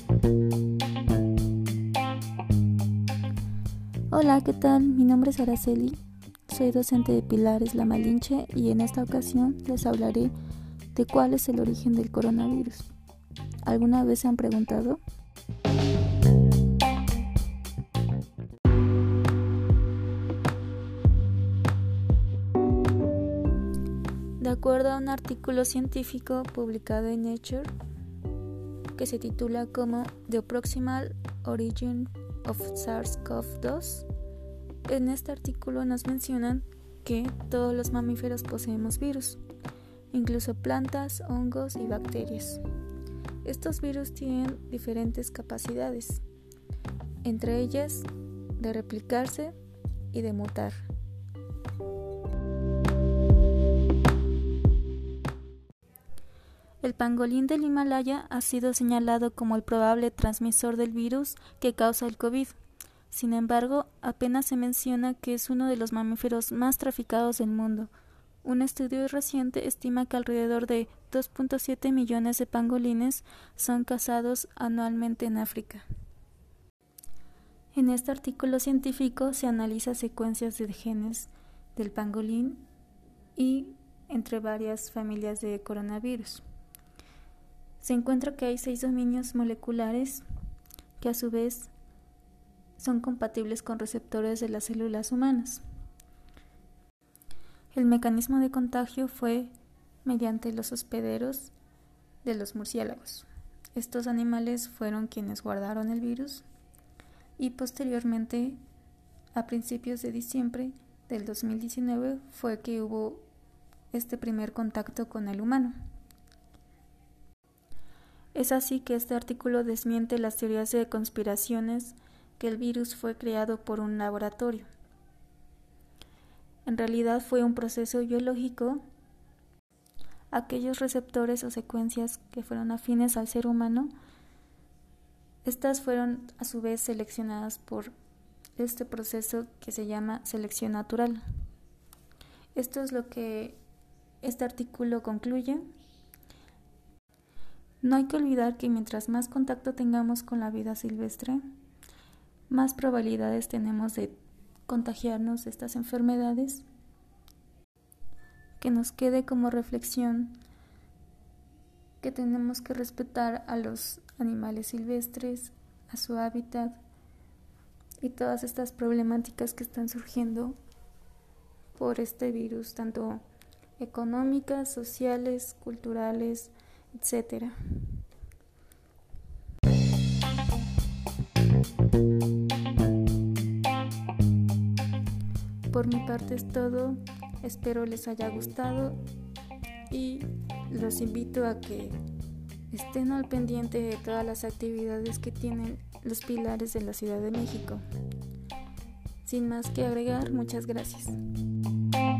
Hola, ¿qué tal? Mi nombre es Araceli, soy docente de Pilares La Malinche y en esta ocasión les hablaré de cuál es el origen del coronavirus. ¿Alguna vez se han preguntado? De acuerdo a un artículo científico publicado en Nature que se titula como The Proximal Origin of SARS-CoV-2, en este artículo nos mencionan que todos los mamíferos poseemos virus, incluso plantas, hongos y bacterias. Estos virus tienen diferentes capacidades, entre ellas de replicarse y de mutar. El pangolín del Himalaya ha sido señalado como el probable transmisor del virus que causa el COVID. Sin embargo, apenas se menciona que es uno de los mamíferos más traficados del mundo. Un estudio reciente estima que alrededor de 2.7 millones de pangolines son cazados anualmente en África. En este artículo científico se analiza secuencias de genes del pangolín y entre varias familias de coronavirus. Se encuentra que hay 6 dominios moleculares que a su vez son compatibles con receptores de las células humanas. El mecanismo de contagio fue mediante los hospederos de los murciélagos. Estos animales fueron quienes guardaron el virus y posteriormente, a principios de diciembre del 2019, fue que hubo este primer contacto con el humano. Es así que este artículo desmiente las teorías de conspiraciones que el virus fue creado por un laboratorio. En realidad fue un proceso biológico. Aquellos receptores o secuencias que fueron afines al ser humano, estas fueron a su vez seleccionadas por este proceso que se llama selección natural. Esto es lo que este artículo concluye. No hay que olvidar que mientras más contacto tengamos con la vida silvestre, más probabilidades tenemos de contagiarnos de estas enfermedades. Que nos quede como reflexión que tenemos que respetar a los animales silvestres, a su hábitat y todas estas problemáticas que están surgiendo por este virus, tanto económicas, sociales, culturales, etc. Por mi parte es todo, espero les haya gustado y los invito a que estén al pendiente de todas las actividades que tienen los Pilares de la Ciudad de México. Sin más que agregar, muchas gracias.